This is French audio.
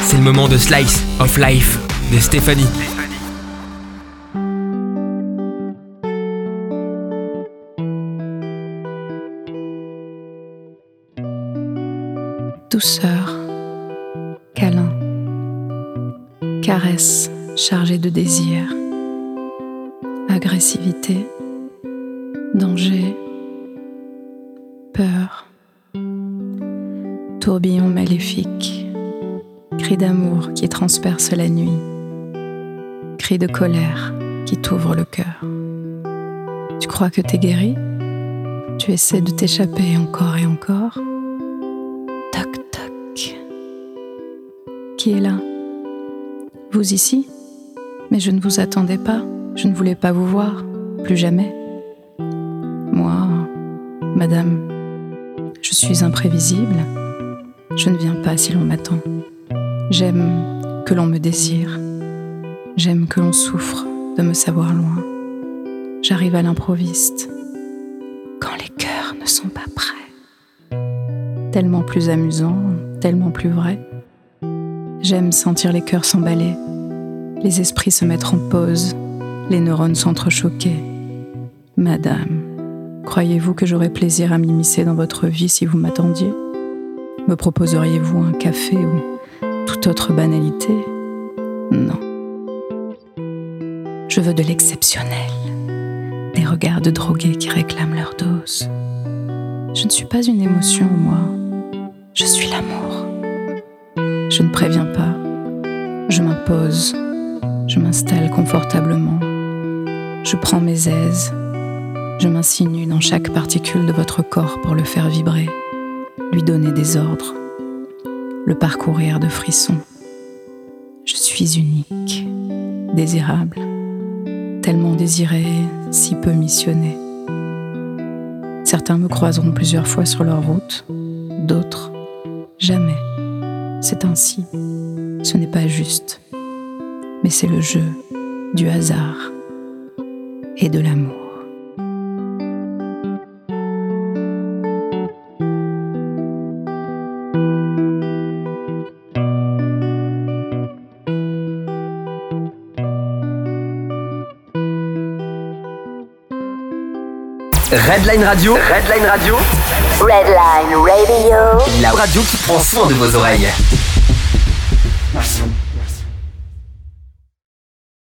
C'est le moment de Slice of Life de Stéphanie. Douceur, câlin, caresse chargée de désir, agressivité, danger, peur, tourbillon maléfique, cri d'amour qui transperce la nuit, cri de colère qui t'ouvre le cœur. Tu crois que t'es guéri? Tu essaies de t'échapper encore et encore. Toc toc. Qui est là? Vous ici? Mais je ne vous attendais pas, je ne voulais pas vous voir, plus jamais. Moi, madame, je suis imprévisible, je ne viens pas si l'on m'attend. J'aime que l'on me désire, j'aime que l'on souffre de me savoir loin. J'arrive à l'improviste, quand les cœurs ne sont pas prêts. Tellement plus amusant, tellement plus vrai. J'aime sentir les cœurs s'emballer, les esprits se mettre en pause, les neurones s'entrechoquer. Madame, croyez-vous que j'aurais plaisir à m'immiscer dans votre vie si vous m'attendiez? Me proposeriez-vous un café ou toute autre banalité? Non. Je veux de l'exceptionnel, des regards de drogués qui réclament leur dose. Je ne suis pas une émotion, moi. Je suis l'amour. Je ne préviens pas. Je m'impose. Je m'installe confortablement. Je prends mes aises. Je m'insinue dans chaque particule de votre corps pour le faire vibrer, lui donner des ordres, le parcourir de frissons. Je suis unique, désirable, tellement désirée, si peu missionnée. Certains me croiseront plusieurs fois sur leur route, d'autres, jamais. C'est ainsi, ce n'est pas juste, mais c'est le jeu du hasard et de l'amour. Redline Radio. Redline Radio. Redline Radio. La radio qui prend soin de vos oreilles.